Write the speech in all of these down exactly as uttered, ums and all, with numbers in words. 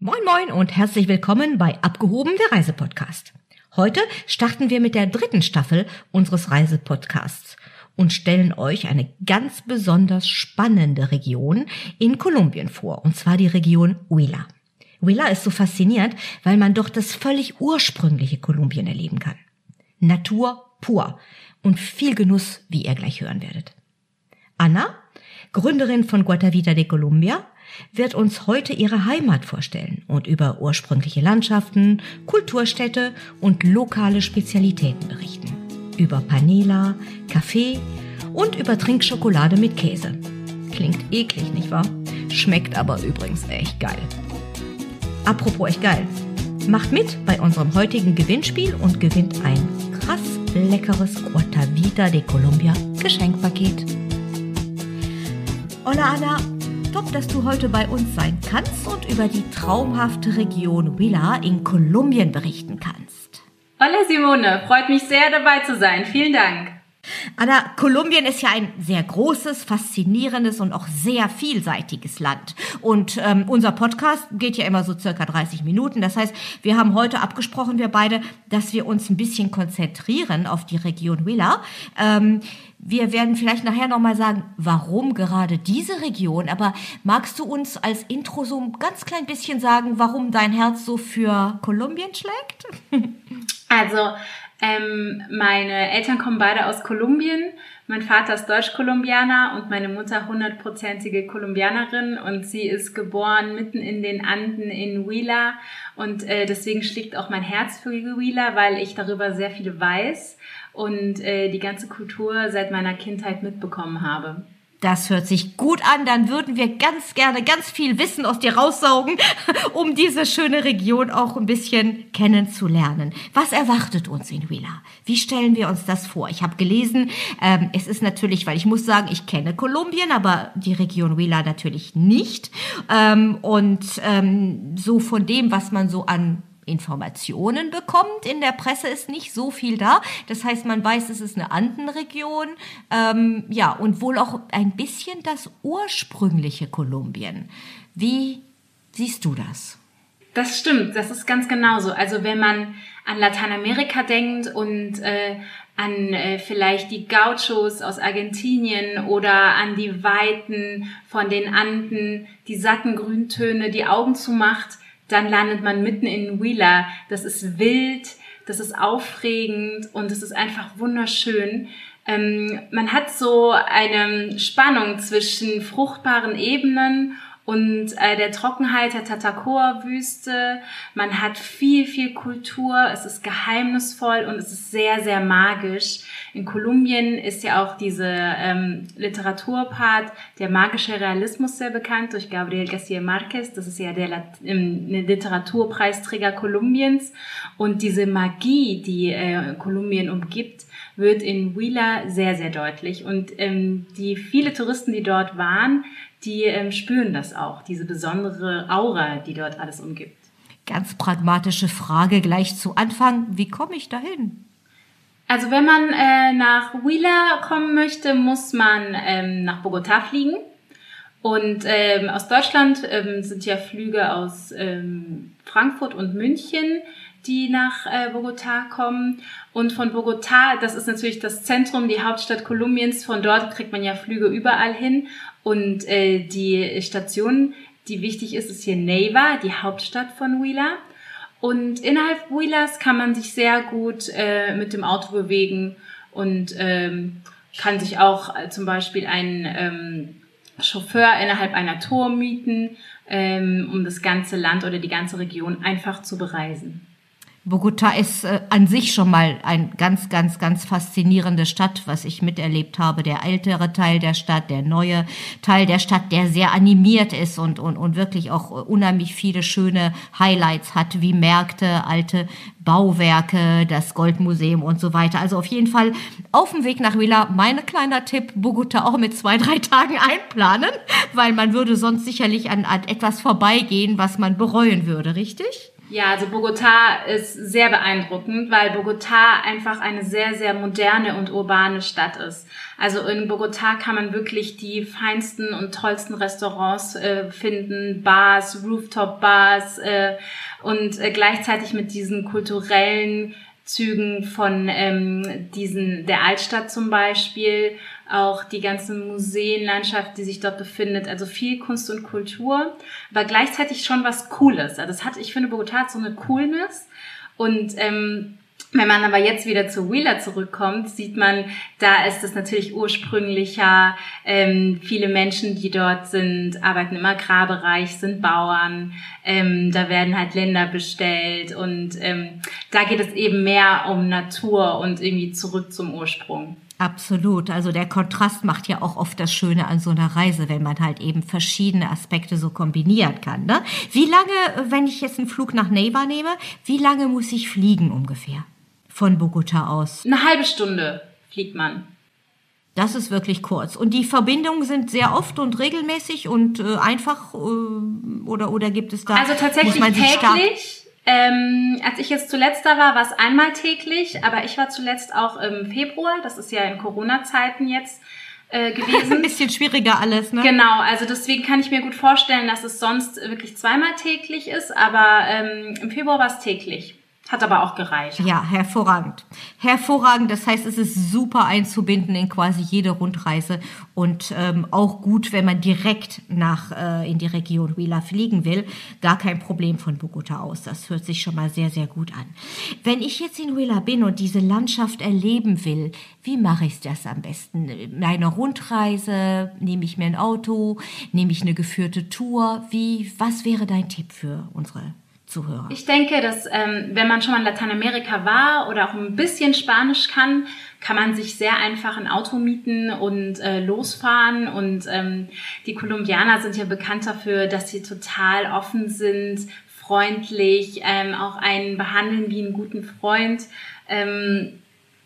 Moin Moin und herzlich willkommen bei Abgehoben, der Reisepodcast. Heute starten wir mit der dritten Staffel unseres Reisepodcasts und stellen euch eine ganz besonders spannende Region in Kolumbien vor, und zwar die Region Huila. Huila ist so faszinierend, weil man doch das völlig ursprüngliche Kolumbien erleben kann. Natur pur und viel Genuss, wie ihr gleich hören werdet. Ana, Gründerin von Guatavita de Colombia, wird uns heute ihre Heimat vorstellen und über ursprüngliche Landschaften, Kulturstädte und lokale Spezialitäten berichten. Über Panela, Kaffee und über Trinkschokolade mit Käse. Klingt eklig, nicht wahr? Schmeckt aber übrigens echt geil. Apropos echt geil. Macht mit bei unserem heutigen Gewinnspiel und gewinnt ein krass leckeres Guatavita de Colombia Geschenkpaket. Hola Ana, top, dass du heute bei uns sein kannst und über die traumhafte Region Huila in Kolumbien berichten kannst. Hola Simone, freut mich sehr dabei zu sein. Vielen Dank. Anna, Kolumbien ist ja ein sehr großes, faszinierendes und auch sehr vielseitiges Land. Und ähm, unser Podcast geht ja immer so circa dreißig Minuten. Das heißt, wir haben heute abgesprochen, wir beide, dass wir uns ein bisschen konzentrieren auf die Region Huila. Ähm, wir werden vielleicht nachher nochmal sagen, warum gerade diese Region. Aber magst du uns als Intro so ein ganz klein bisschen sagen, warum dein Herz so für Kolumbien schlägt? Also, Ähm, meine Eltern kommen beide aus Kolumbien. Mein Vater ist Deutsch-Kolumbianer und meine Mutter hundertprozentige Kolumbianerin, und sie ist geboren mitten in den Anden in Huila, und äh, deswegen schlägt auch mein Herz für Huila, weil ich darüber sehr viel weiß und äh, die ganze Kultur seit meiner Kindheit mitbekommen habe. Das hört sich gut an, dann würden wir ganz gerne ganz viel Wissen aus dir raussaugen, um diese schöne Region auch ein bisschen kennenzulernen. Was erwartet uns in Huila? Wie stellen wir uns das vor? Ich habe gelesen, ähm, es ist natürlich, weil ich muss sagen, ich kenne Kolumbien, aber die Region Huila natürlich nicht. Ähm, und ähm, so von dem, was man so an Informationen bekommt. In der Presse ist nicht so viel da. Das heißt, man weiß, es ist eine Andenregion. Ähm, ja, und wohl auch ein bisschen das ursprüngliche Kolumbien. Wie siehst du das? Das stimmt, das ist ganz genauso. Also wenn man an Lateinamerika denkt und äh, an äh, vielleicht die Gauchos aus Argentinien oder an die Weiten von den Anden, die satten Grüntöne, die Augen zumacht, dann landet man mitten in Huila. Das ist wild, das ist aufregend und es ist einfach wunderschön. Ähm, man hat so eine Spannung zwischen fruchtbaren Ebenen und äh, der Trockenheit der Tatacoa-Wüste. Man hat viel, viel Kultur, es ist geheimnisvoll und es ist sehr, sehr magisch. In Kolumbien ist ja auch diese ähm, Literaturpart, der magische Realismus, sehr bekannt durch Gabriel García Márquez. Das ist ja der Lat- ähm, Literaturpreisträger Kolumbiens. Und diese Magie, die äh, Kolumbien umgibt, wird in Huila sehr, sehr deutlich. Und ähm, die viele Touristen, die dort waren, die ähm, spüren das auch, diese besondere Aura, die dort alles umgibt. Ganz pragmatische Frage gleich zu Anfang. Wie komme ich dahin? Also wenn man äh, nach Huila kommen möchte, muss man ähm, nach Bogotá fliegen. Und ähm, aus Deutschland ähm, sind ja Flüge aus ähm, Frankfurt und München, die nach äh, Bogotá kommen. Und von Bogotá, das ist natürlich das Zentrum, die Hauptstadt Kolumbiens, von dort kriegt man ja Flüge überall hin. Und äh, die Station, die wichtig ist, ist hier Neiva, die Hauptstadt von Huila. Und innerhalb Huilas kann man sich sehr gut äh, mit dem Auto bewegen und ähm, kann sich auch äh, zum Beispiel einen ähm, Chauffeur innerhalb einer Tour mieten, ähm, um das ganze Land oder die ganze Region einfach zu bereisen. Bogotá ist äh, an sich schon mal ein ganz, ganz, ganz faszinierende Stadt, was ich miterlebt habe. Der ältere Teil der Stadt, der neue Teil der Stadt, der sehr animiert ist und, und, und wirklich auch unheimlich viele schöne Highlights hat, wie Märkte, alte Bauwerke, das Goldmuseum und so weiter. Also auf jeden Fall auf dem Weg nach Huila, mein kleiner Tipp, Bogotá auch mit zwei, drei Tagen einplanen, weil man würde sonst sicherlich an, an etwas vorbeigehen, was man bereuen würde, richtig? Ja, also Bogotá ist sehr beeindruckend, weil Bogotá einfach eine sehr, sehr moderne und urbane Stadt ist. Also in Bogotá kann man wirklich die feinsten und tollsten Restaurants äh, finden, Bars, Rooftop-Bars äh, und äh, gleichzeitig mit diesen kulturellen Zügen von ähm, diesen der Altstadt zum Beispiel, auch die ganze Museenlandschaft, die sich dort befindet, also viel Kunst und Kultur, aber gleichzeitig schon was Cooles. Also das hat, ich finde, Bogotá hat so eine Coolness und ähm, wenn man aber jetzt wieder zu Huila zurückkommt, sieht man, da ist es natürlich ursprünglicher. Ähm, viele Menschen, die dort sind, arbeiten im Agrarbereich, sind Bauern. Ähm, da werden halt Länder bestellt und ähm, da geht es eben mehr um Natur und irgendwie zurück zum Ursprung. Absolut. Also der Kontrast macht ja auch oft das Schöne an so einer Reise, wenn man halt eben verschiedene Aspekte so kombinieren kann. Ne? Wie lange, wenn ich jetzt einen Flug nach Neiva nehme, wie lange muss ich fliegen ungefähr von Bogotá aus? Eine halbe Stunde fliegt man. Das ist wirklich kurz. Und die Verbindungen sind sehr oft und regelmäßig und äh, einfach äh, oder oder gibt es da? Also tatsächlich muss man sich täglich. Ähm, als ich jetzt zuletzt da war, war es einmal täglich, aber ich war zuletzt auch im Februar, das ist ja in Corona-Zeiten jetzt äh, gewesen. Ein bisschen schwieriger alles, ne? Genau, also deswegen kann ich mir gut vorstellen, dass es sonst wirklich zweimal täglich ist, aber ähm, im Februar war es täglich. Hat aber auch gereicht. Ja, hervorragend. Hervorragend, das heißt, es ist super einzubinden in quasi jede Rundreise und ähm, auch gut, wenn man direkt nach äh, in die Region Huila fliegen will. Gar kein Problem von Bogotá aus. Das hört sich schon mal sehr, sehr gut an. Wenn ich jetzt in Huila bin und diese Landschaft erleben will, wie mache ich das am besten? Eine Rundreise? Nehme ich mir ein Auto? Nehme ich eine geführte Tour? Wie, was wäre dein Tipp für unsere Zuhörer? Ich denke, dass ähm, wenn man schon mal in Lateinamerika war oder auch ein bisschen Spanisch kann, kann man sich sehr einfach ein Auto mieten und äh, losfahren. Und ähm, die Kolumbianer sind ja bekannt dafür, dass sie total offen sind, freundlich, ähm, auch einen behandeln wie einen guten Freund ähm,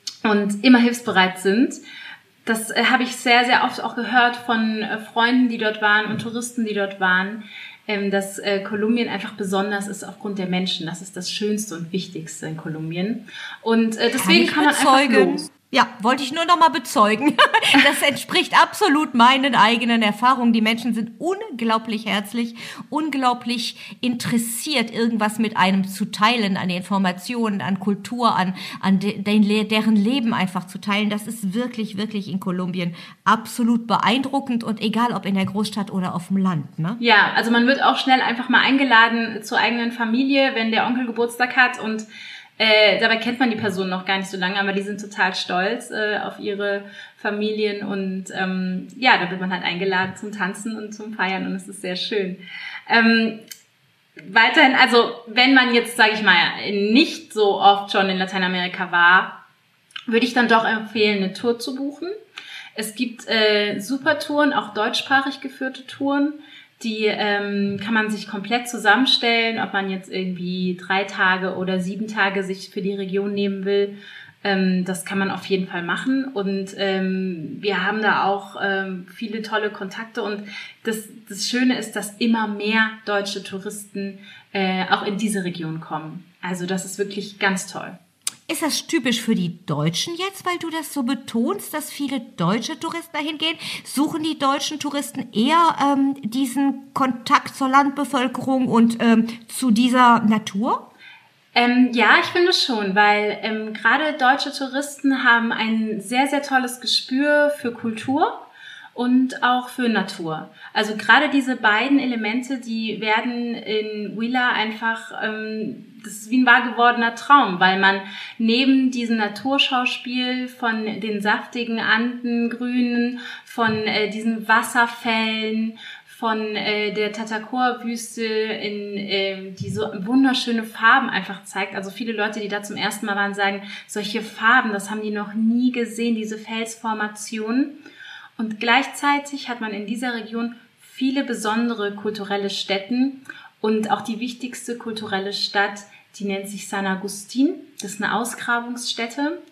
und immer hilfsbereit sind. Das äh, habe ich sehr, sehr oft auch gehört von äh, Freunden, die dort waren und Touristen, die dort waren, ähm, dass äh, Kolumbien einfach besonders ist aufgrund der Menschen. Das ist das Schönste und Wichtigste in Kolumbien. Und äh, deswegen kann, kann man bezeugen. einfach los. Ja, wollte ich nur noch mal bezeugen. Das entspricht absolut meinen eigenen Erfahrungen. Die Menschen sind unglaublich herzlich, unglaublich interessiert, irgendwas mit einem zu teilen, an Informationen, an Kultur, an, an de, de, deren Leben einfach zu teilen. Das ist wirklich, wirklich in Kolumbien absolut beeindruckend und egal, ob in der Großstadt oder auf dem Land, ne? Ja, also man wird auch schnell einfach mal eingeladen zur eigenen Familie, wenn der Onkel Geburtstag hat und Äh, dabei kennt man die Person noch gar nicht so lange, aber die sind total stolz äh, auf ihre Familien und ähm, ja, da wird man halt eingeladen zum Tanzen und zum Feiern und es ist sehr schön. Ähm, weiterhin, also wenn man jetzt, sage ich mal, nicht so oft schon in Lateinamerika war, würde ich dann doch empfehlen, eine Tour zu buchen. Es gibt äh, super Touren, auch deutschsprachig geführte Touren. Die ähm, kann man sich komplett zusammenstellen, ob man jetzt irgendwie drei Tage oder sieben Tage sich für die Region nehmen will. Ähm, das kann man auf jeden Fall machen. Und ähm, wir haben da auch ähm, viele tolle Kontakte. Und das, das Schöne ist, dass immer mehr deutsche Touristen äh, auch in diese Region kommen. Also das ist wirklich ganz toll. Ist das typisch für die Deutschen jetzt, weil du das so betonst, dass viele deutsche Touristen dahin gehen? Suchen die deutschen Touristen eher ähm, diesen Kontakt zur Landbevölkerung und ähm, zu dieser Natur? Ähm, ja, ich finde schon, weil ähm, gerade deutsche Touristen haben ein sehr, sehr tolles Gespür für Kultur und auch für Natur. Also gerade diese beiden Elemente, die werden in Huila einfach, ähm, das ist wie ein wahr gewordener Traum, weil man neben diesem Naturschauspiel von den saftigen Andengrünen, von äh, diesen Wasserfällen, von äh, der Tatacoa-Wüste, in äh, die so wunderschöne Farben einfach zeigt. Also viele Leute, die da zum ersten Mal waren, sagen, solche Farben, das haben die noch nie gesehen, diese Felsformationen. Und gleichzeitig hat man in dieser Region viele besondere kulturelle Stätten und auch die wichtigste kulturelle Stadt, die nennt sich San Agustín. Das ist eine Ausgrabungsstätte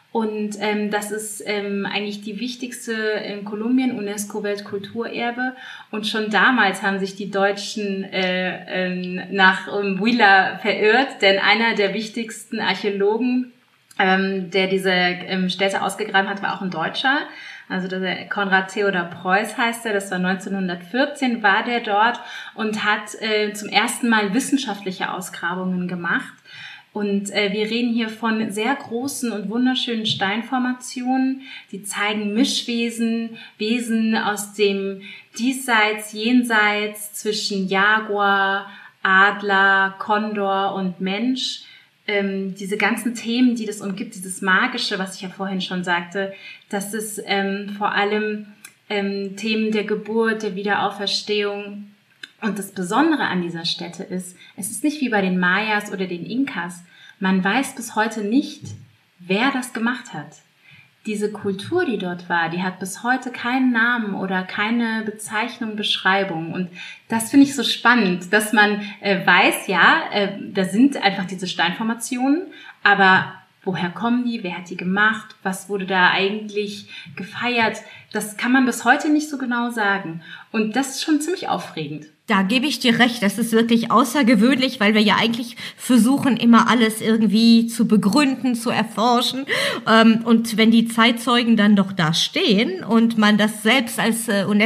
Und ähm, das ist ähm, eigentlich die wichtigste in Kolumbien, UNESCO-Weltkulturerbe. Und schon damals haben sich die Deutschen äh, ähm, nach ähm, Huila verirrt, denn einer der wichtigsten Archäologen, ähm, der diese ähm, Städte ausgegraben hat, war auch ein Deutscher. Also der Konrad Theodor Preuß heißt er, das war neunzehnhundertvierzehn, war der dort und hat äh, zum ersten Mal wissenschaftliche Ausgrabungen gemacht. Und äh, wir reden hier von sehr großen und wunderschönen Steinformationen, die zeigen Mischwesen, Wesen aus dem Diesseits, Jenseits zwischen Jaguar, Adler, Kondor und Mensch. Ähm, diese ganzen Themen, die das umgibt, dieses Magische, was ich ja vorhin schon sagte, das ist ähm, vor allem ähm, Themen der Geburt, der Wiederauferstehung. Und das Besondere an dieser Stätte ist, es ist nicht wie bei den Mayas oder den Inkas. Man weiß bis heute nicht, wer das gemacht hat. Diese Kultur, die dort war, die hat bis heute keinen Namen oder keine Bezeichnung, Beschreibung. Und das finde ich so spannend, dass man äh, weiß, ja, äh, da sind einfach diese Steinformationen, aber woher kommen die? Wer hat die gemacht? Was wurde da eigentlich gefeiert? Das kann man bis heute nicht so genau sagen. Und das ist schon ziemlich aufregend. Da gebe ich dir recht, das ist wirklich außergewöhnlich, weil wir ja eigentlich versuchen, immer alles irgendwie zu begründen, zu erforschen. Und wenn die Zeitzeugen dann doch da stehen und man das selbst als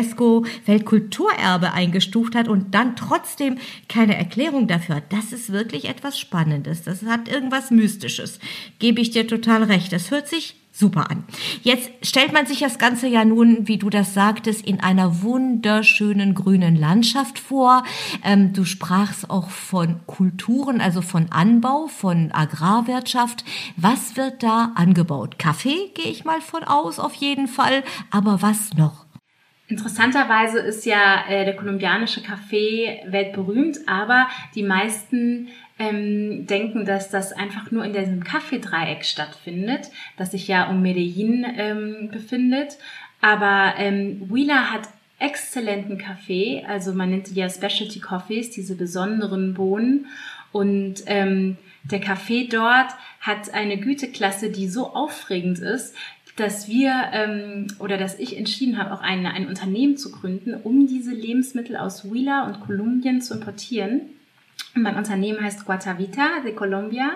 UNESCO-Weltkulturerbe eingestuft hat und dann trotzdem keine Erklärung dafür hat, das ist wirklich etwas Spannendes. Das hat irgendwas Mystisches. Gebe ich dir total recht. Das hört sich super an. Jetzt stellt man sich das Ganze ja nun, wie du das sagtest, in einer wunderschönen grünen Landschaft vor. Ähm, du sprachst auch von Kulturen, also von Anbau, von Agrarwirtschaft. Was wird da angebaut? Kaffee, gehe ich mal von aus, auf jeden Fall. Aber was noch? Interessanterweise ist ja äh, der kolumbianische Kaffee weltberühmt, aber die meisten ähm, denken, dass das einfach nur in diesem Kaffeedreieck stattfindet, das sich ja um Medellin ähm, befindet. Aber ähm, Huila hat exzellenten Kaffee, also man nennt die ja Specialty Coffees, diese besonderen Bohnen. Und ähm, der Kaffee dort hat eine Güteklasse, die so aufregend ist, dass wir ähm, oder dass ich entschieden habe, auch ein, ein Unternehmen zu gründen, um diese Lebensmittel aus Huila und Kolumbien zu importieren. Und mein Unternehmen heißt Guatavita de Colombia.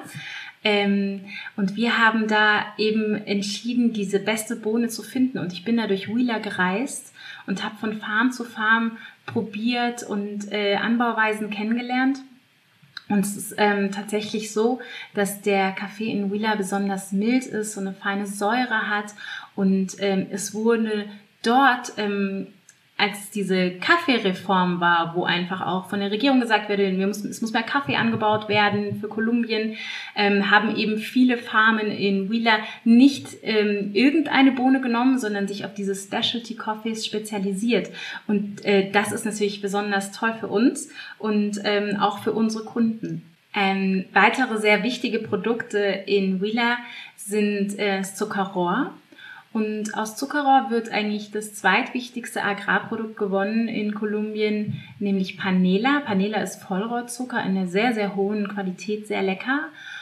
Ähm, und wir haben da eben entschieden, diese beste Bohne zu finden. Und ich bin da durch Huila gereist und habe von Farm zu Farm probiert und äh, Anbauweisen kennengelernt. Und es ist ähm, tatsächlich so, dass der Kaffee in Huila besonders mild ist, so eine feine Säure hat. Und ähm, es wurde dort, ähm, als diese Kaffeereform war, wo einfach auch von der Regierung gesagt wurde, wir müssen, es muss mehr Kaffee angebaut werden für Kolumbien, ähm, haben eben viele Farmen in Huila nicht ähm, irgendeine Bohne genommen, sondern sich auf diese Specialty Coffees spezialisiert. Und äh, das ist natürlich besonders toll für uns und ähm, auch für unsere Kunden. Ähm, weitere sehr wichtige Produkte in Huila sind äh, das Zuckerrohr. Und aus Zuckerrohr wird eigentlich das zweitwichtigste Agrarprodukt gewonnen in Kolumbien, nämlich Panela. Panela ist Vollrohrzucker in einer sehr, sehr hohen Qualität, sehr lecker.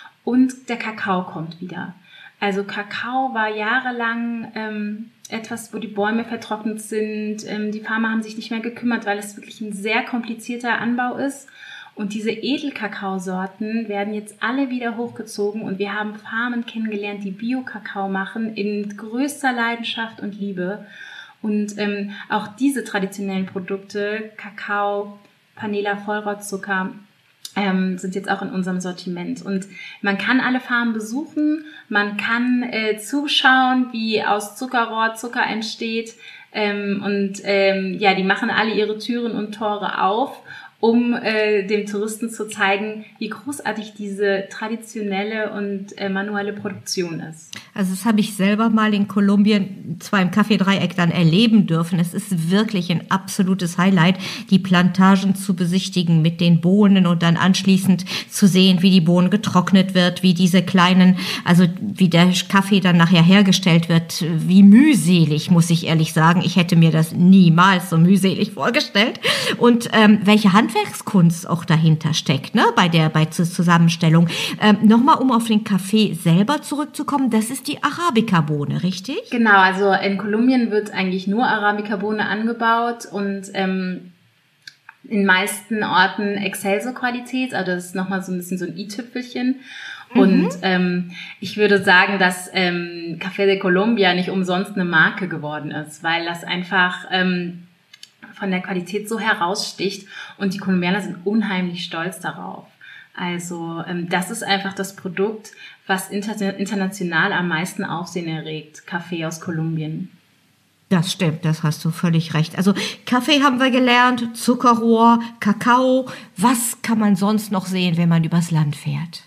Und der Kakao kommt wieder. Also Kakao war jahrelang ähm, etwas, wo die Bäume vertrocknet sind. Ähm, die Farmer haben sich nicht mehr gekümmert, weil es wirklich ein sehr komplizierter Anbau ist. Und diese Edelkakaosorten werden jetzt alle wieder hochgezogen und wir haben Farmen kennengelernt, die Bio-Kakao machen in größter Leidenschaft und Liebe. Und ähm, auch diese traditionellen Produkte, Kakao, Panela, Vollrohrzucker, ähm, sind jetzt auch in unserem Sortiment. Und man kann alle Farmen besuchen, man kann äh, zuschauen, wie aus Zuckerrohr Zucker entsteht. Ähm, und ähm, ja, die machen alle ihre Türen und Tore auf, um äh, dem Touristen zu zeigen, wie großartig diese traditionelle und äh, manuelle Produktion ist. Also das habe ich selber mal in Kolumbien, zwar im Kaffeedreieck dann erleben dürfen. Es ist wirklich ein absolutes Highlight, die Plantagen zu besichtigen mit den Bohnen und dann anschließend zu sehen, wie die Bohnen getrocknet wird, wie diese kleinen, also wie der Kaffee dann nachher hergestellt wird, wie mühselig, muss ich ehrlich sagen. Ich hätte mir das niemals so mühselig vorgestellt. Und ähm, welche Hand Handwerkskunst auch dahinter steckt, ne, bei der bei zur Zusammenstellung. Ähm, Nochmal, um auf den Kaffee selber zurückzukommen, das ist die Arabica-Bohne, richtig? Genau, also in Kolumbien wird eigentlich nur Arabica-Bohne angebaut und ähm, in meisten Orten Excelso-Qualität, also das ist nochmal so ein bisschen so ein i-Tüpfelchen. Mhm. Und ähm, ich würde sagen, dass ähm, Café de Colombia nicht umsonst eine Marke geworden ist, weil das einfach ähm, von der Qualität so heraussticht und die Kolumbianer sind unheimlich stolz darauf. Also ähm, das ist einfach das Produkt, was inter- international am meisten Aufsehen erregt, Kaffee aus Kolumbien. Das stimmt, das hast du völlig recht. Also Kaffee haben wir gelernt, Zuckerrohr, Kakao. Was kann man sonst noch sehen, wenn man übers Land fährt?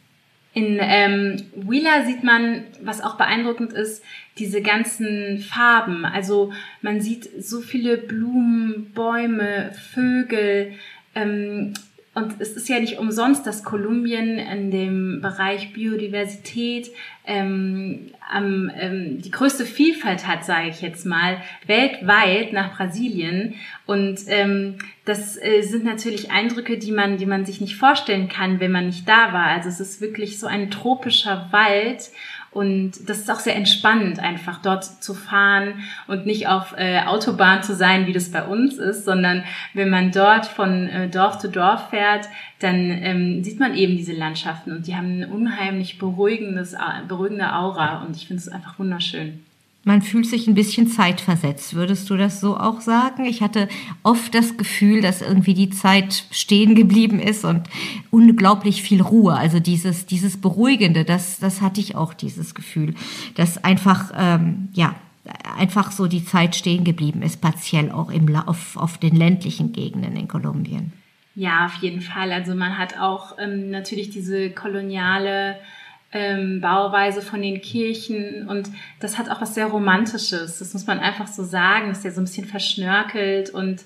In ähm, Huila sieht man, was auch beeindruckend ist, diese ganzen Farben. Also man sieht so viele Blumen, Bäume, Vögel. Ähm, und es ist ja nicht umsonst, dass Kolumbien in dem Bereich Biodiversität ähm, am, ähm, die größte Vielfalt hat, sage ich jetzt mal, weltweit nach Brasilien. Und ähm, das äh, sind natürlich Eindrücke, die man, die man sich nicht vorstellen kann, wenn man nicht da war. Also es ist wirklich so ein tropischer Wald. Und das ist auch sehr entspannend, einfach dort zu fahren und nicht auf äh, Autobahn zu sein, wie das bei uns ist, sondern wenn man dort von äh, Dorf zu Dorf fährt, dann ähm, sieht man eben diese Landschaften und die haben eine unheimlich beruhigendes, beruhigende Aura und ich finde es einfach wunderschön. Man fühlt sich ein bisschen zeitversetzt. Würdest du das so auch sagen? Ich hatte oft das Gefühl, dass irgendwie die Zeit stehen geblieben ist und unglaublich viel Ruhe. Also dieses dieses Beruhigende, das das hatte ich auch, dieses Gefühl, dass einfach ähm, ja einfach so die Zeit stehen geblieben ist, partiell auch im auf auf den ländlichen Gegenden in Kolumbien. Ja, auf jeden Fall. Also man hat auch ähm, natürlich diese koloniale Ähm, Bauweise von den Kirchen und das hat auch was sehr Romantisches, das muss man einfach so sagen, ist ja so ein bisschen verschnörkelt und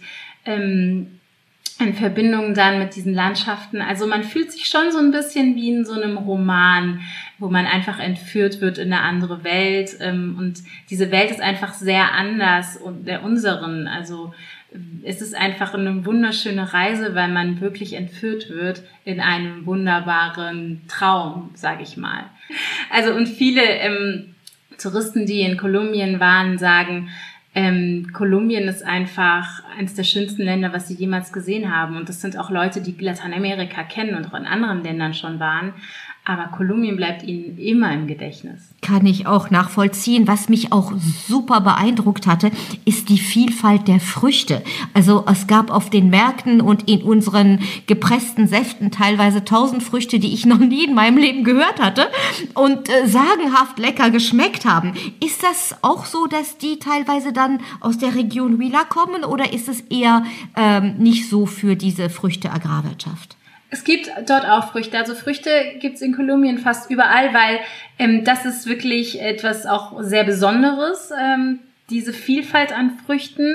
ähm, in Verbindung dann mit diesen Landschaften, also man fühlt sich schon so ein bisschen wie in so einem Roman, wo man einfach entführt wird in eine andere Welt ähm, und diese Welt ist einfach sehr anders und der unseren, also es ist einfach eine wunderschöne Reise, weil man wirklich entführt wird in einem wunderbaren Traum, sage ich mal. Also und viele ähm, Touristen, die in Kolumbien waren, sagen, ähm, Kolumbien ist einfach eines der schönsten Länder, was sie jemals gesehen haben. Und das sind auch Leute, die Lateinamerika kennen und auch in anderen Ländern schon waren. Aber Kolumbien bleibt ihnen immer im Gedächtnis. Kann ich auch nachvollziehen. Was mich auch super beeindruckt hatte, ist die Vielfalt der Früchte. Also es gab auf den Märkten und in unseren gepressten Säften teilweise tausend Früchte, die ich noch nie in meinem Leben gehört hatte und äh, sagenhaft lecker geschmeckt haben. Ist das auch so, dass die teilweise dann aus der Region Huila kommen oder ist es eher ähm, nicht so für diese Früchte-Agrarwirtschaft? Es gibt dort auch Früchte. Also Früchte gibt's in Kolumbien fast überall, weil ähm, das ist wirklich etwas auch sehr Besonderes, ähm, diese Vielfalt an Früchten.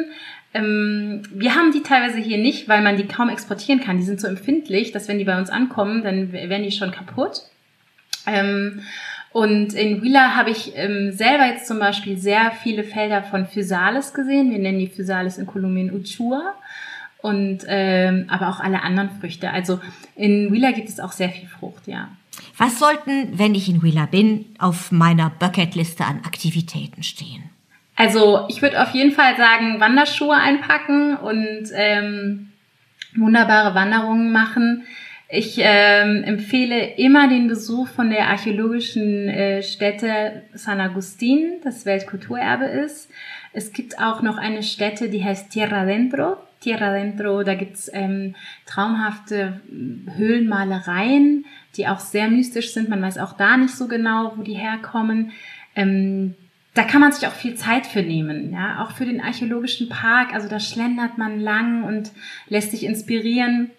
Ähm, wir haben die teilweise hier nicht, weil man die kaum exportieren kann. Die sind so empfindlich, dass wenn die bei uns ankommen, dann werden die schon kaputt. Ähm, und in Huila habe ich ähm, selber jetzt zum Beispiel sehr viele Felder von Physalis gesehen. Wir nennen die Physalis in Kolumbien Uchua. Und ähm, aber auch alle anderen Früchte. Also in Huila gibt es auch sehr viel Frucht, ja. Was sollten, wenn ich in Huila bin, auf meiner Bucketliste an Aktivitäten stehen? Also ich würde auf jeden Fall sagen, Wanderschuhe einpacken und ähm, wunderbare Wanderungen machen. Ich ähm, empfehle immer den Besuch von der archäologischen äh, Stätte San Agustín, das Weltkulturerbe ist. Es gibt auch noch eine Stätte, die heißt Tierra Adentro. Tierra Adentro, da gibt's ähm, traumhafte Höhlenmalereien, die auch sehr mystisch sind. Man weiß auch da nicht so genau, wo die herkommen. Ähm, da kann man sich auch viel Zeit für nehmen, ja, auch für den archäologischen Park. Also da schlendert man lang und lässt sich inspirieren.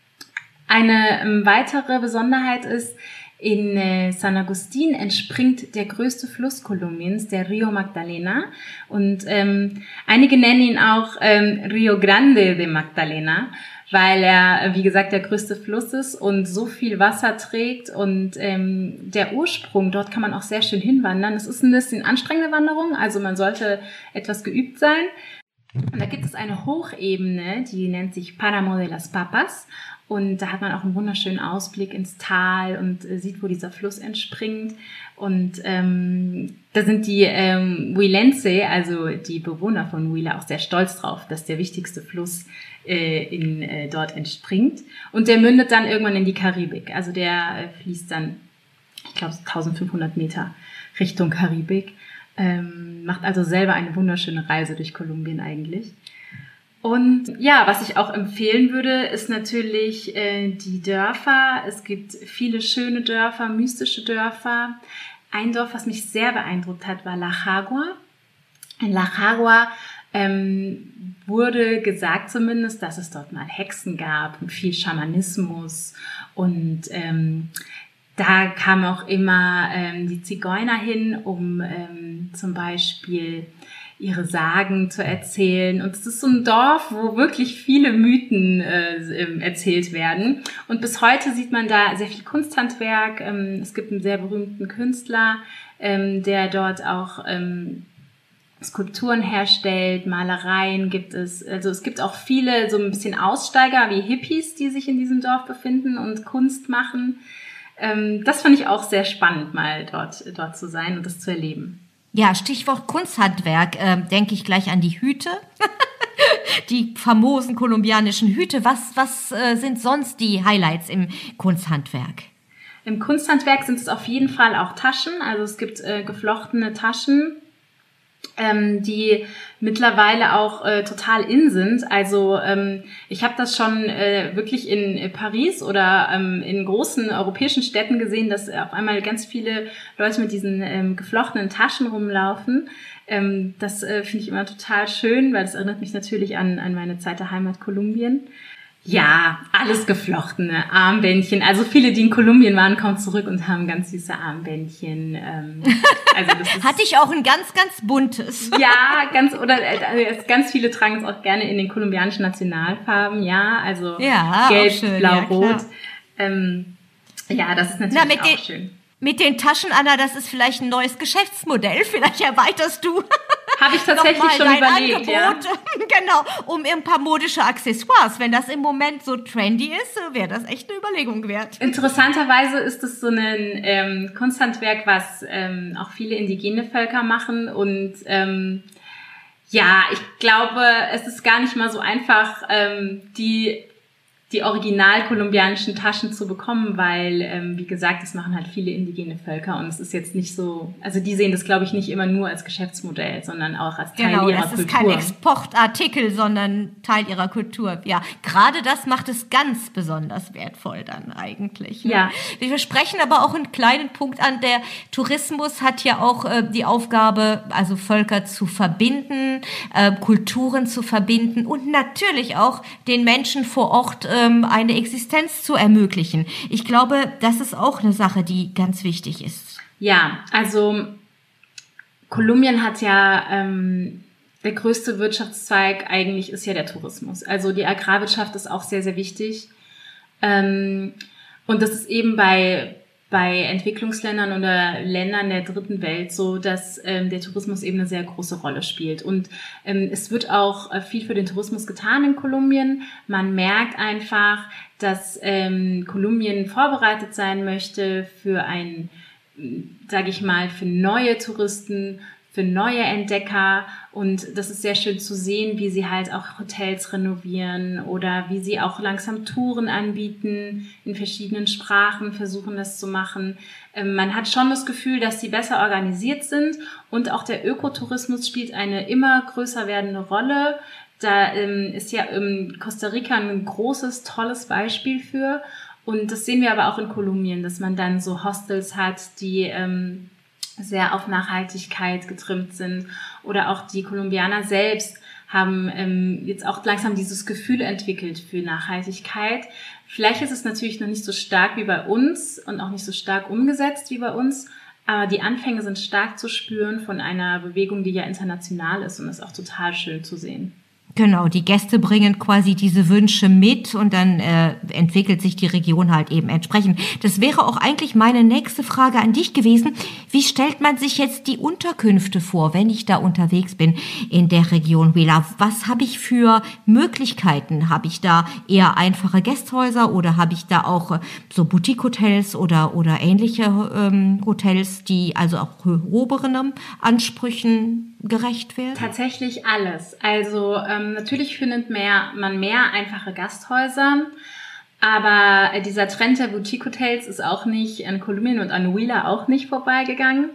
Eine ähm, weitere Besonderheit ist, in äh, San Agustín entspringt der größte Fluss Kolumbiens, der Rio Magdalena. Und ähm, einige nennen ihn auch ähm, Rio Grande de Magdalena, weil er, wie gesagt, der größte Fluss ist und so viel Wasser trägt. Und ähm, der Ursprung, dort kann man auch sehr schön hinwandern. Es ist ein bisschen anstrengende Wanderung, also man sollte etwas geübt sein. Und da gibt es eine Hochebene, die nennt sich Páramo de las Papas. Und da hat man auch einen wunderschönen Ausblick ins Tal und äh, sieht, wo dieser Fluss entspringt. Und ähm, da sind die ähm, Huilense, also die Bewohner von Huila, auch sehr stolz drauf, dass der wichtigste Fluss äh, in, äh, dort entspringt. Und der mündet dann irgendwann in die Karibik. Also der äh, fließt dann, ich glaube, eintausendfünfhundert Meter Richtung Karibik. Ähm, macht also selber eine wunderschöne Reise durch Kolumbien eigentlich. Und ja, was ich auch empfehlen würde, ist natürlich äh, die Dörfer. Es gibt viele schöne Dörfer, mystische Dörfer. Ein Dorf, was mich sehr beeindruckt hat, war La Jagua. In La Jagua ähm, wurde gesagt zumindest, dass es dort mal Hexen gab und viel Schamanismus. Und ähm, da kamen auch immer ähm, die Zigeuner hin, um ähm, zum Beispiel ihre Sagen zu erzählen. Und es ist so ein Dorf, wo wirklich viele Mythen äh, erzählt werden. Und bis heute sieht man da sehr viel Kunsthandwerk. Ähm, es gibt einen sehr berühmten Künstler, ähm, der dort auch ähm, Skulpturen herstellt, Malereien gibt es. Also es gibt auch viele so ein bisschen Aussteiger wie Hippies, die sich in diesem Dorf befinden und Kunst machen. Ähm, das fand ich auch sehr spannend, mal dort, dort zu sein und das zu erleben. Ja, Stichwort Kunsthandwerk, äh, denke ich gleich an die Hüte, die famosen kolumbianischen Hüte. Was, was äh, sind sonst die Highlights im Kunsthandwerk? Im Kunsthandwerk sind es auf jeden Fall auch Taschen. Also es gibt äh, geflochtene Taschen, ähm, die mittlerweile auch äh, total in sind. Also ähm, ich habe das schon äh, wirklich in Paris oder ähm, in großen europäischen Städten gesehen, dass auf einmal ganz viele Leute mit diesen ähm, geflochtenen Taschen rumlaufen. Ähm, das äh, finde ich immer total schön, weil das erinnert mich natürlich an, an meine Zeit der Heimat Kolumbien. Ja, alles geflochtene Armbändchen. Also viele, die in Kolumbien waren, kommen zurück und haben ganz süße Armbändchen. Ähm, also das ist hatte ich auch ein ganz, ganz buntes. Ja, ganz oder äh, ganz viele tragen es auch gerne in den kolumbianischen Nationalfarben. Ja, also ja, gelb, schön, blau, ja, rot. Ähm, ja, das ist natürlich Na, auch den, schön. Mit den Taschen, Anna, das ist vielleicht ein neues Geschäftsmodell. Vielleicht erweiterst du Habe ich tatsächlich schon dein überlegt, Angebot, ja. Genau, um ein paar modische Accessoires. Wenn das im Moment so trendy ist, wäre das echt eine Überlegung wert. Interessanterweise ist es so ein ähm, Kunsthandwerk, was ähm, auch viele indigene Völker machen. Und ähm, ja, ich glaube, es ist gar nicht mal so einfach, ähm, die die original kolumbianischen Taschen zu bekommen, weil, ähm, wie gesagt, das machen halt viele indigene Völker und es ist jetzt nicht so, also die sehen das, glaube ich, nicht immer nur als Geschäftsmodell, sondern auch als Teil genau, ihrer Kultur. Genau, das ist Kultur. kein Exportartikel, sondern Teil ihrer Kultur. Ja, gerade das macht es ganz besonders wertvoll dann eigentlich. Ne? Ja. Wir sprechen aber auch einen kleinen Punkt an, der Tourismus hat ja auch äh, die Aufgabe, also Völker zu verbinden, äh, Kulturen zu verbinden und natürlich auch den Menschen vor Ort äh, eine Existenz zu ermöglichen. Ich glaube, das ist auch eine Sache, die ganz wichtig ist. Ja, also Kolumbien hat ja, ähm, der größte Wirtschaftszweig eigentlich ist ja der Tourismus. Also die Agrarwirtschaft ist auch sehr, sehr wichtig. Ähm, und das ist eben bei bei Entwicklungsländern oder Ländern der dritten Welt so, dass ähm, der Tourismus eben eine sehr große Rolle spielt. Und ähm, es wird auch äh, viel für den Tourismus getan in Kolumbien. Man merkt einfach, dass ähm, Kolumbien vorbereitet sein möchte für ein, sage ich mal, für neue Touristen, für neue Entdecker. Und das ist sehr schön zu sehen, wie sie halt auch Hotels renovieren oder wie sie auch langsam Touren anbieten, in verschiedenen Sprachen versuchen das zu machen. Ähm, man hat schon das Gefühl, dass sie besser organisiert sind und auch der Ökotourismus spielt eine immer größer werdende Rolle. Da ähm, ist ja ähm, Costa Rica ein großes, tolles Beispiel für. Und das sehen wir aber auch in Kolumbien, dass man dann so Hostels hat, die ähm, sehr auf Nachhaltigkeit getrimmt sind. Oder auch die Kolumbianer selbst haben ähm, jetzt auch langsam dieses Gefühl entwickelt für Nachhaltigkeit. Vielleicht ist es natürlich noch nicht so stark wie bei uns und auch nicht so stark umgesetzt wie bei uns, aber die Anfänge sind stark zu spüren von einer Bewegung, die ja international ist und ist auch total schön zu sehen. Genau, die Gäste bringen quasi diese Wünsche mit und dann äh, entwickelt sich die Region halt eben entsprechend. Das wäre auch eigentlich meine nächste Frage an dich gewesen. Wie stellt man sich jetzt die Unterkünfte vor, wenn ich da unterwegs bin in der Region Huila? Was habe ich für Möglichkeiten? Habe ich da eher einfache Gästhäuser oder habe ich da auch äh, so Boutique-Hotels oder, oder ähnliche ähm, Hotels, die also auch höheren Ansprüchen gerecht werden? Tatsächlich alles. Also ähm, natürlich findet mehr, man mehr einfache Gasthäuser, aber dieser Trend der Boutique-Hotels ist auch nicht in Kolumbien und an Huila auch nicht vorbeigegangen.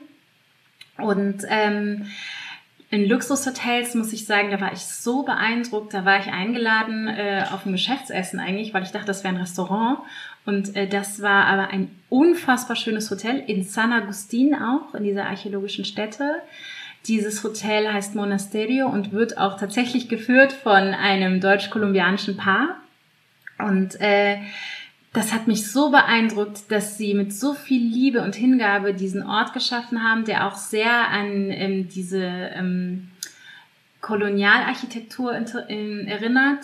Und ähm, in Luxushotels muss ich sagen, da war ich so beeindruckt, da war ich eingeladen äh, auf ein Geschäftsessen eigentlich, weil ich dachte, das wäre ein Restaurant. Und äh, das war aber ein unfassbar schönes Hotel in San Agustin auch, in dieser archäologischen Stätte. Dieses Hotel heißt Monasterio und wird auch tatsächlich geführt von einem deutsch-kolumbianischen Paar. Und äh, das hat mich so beeindruckt, dass sie mit so viel Liebe und Hingabe diesen Ort geschaffen haben, der auch sehr an ähm, diese ähm, Kolonialarchitektur inter- in, erinnert.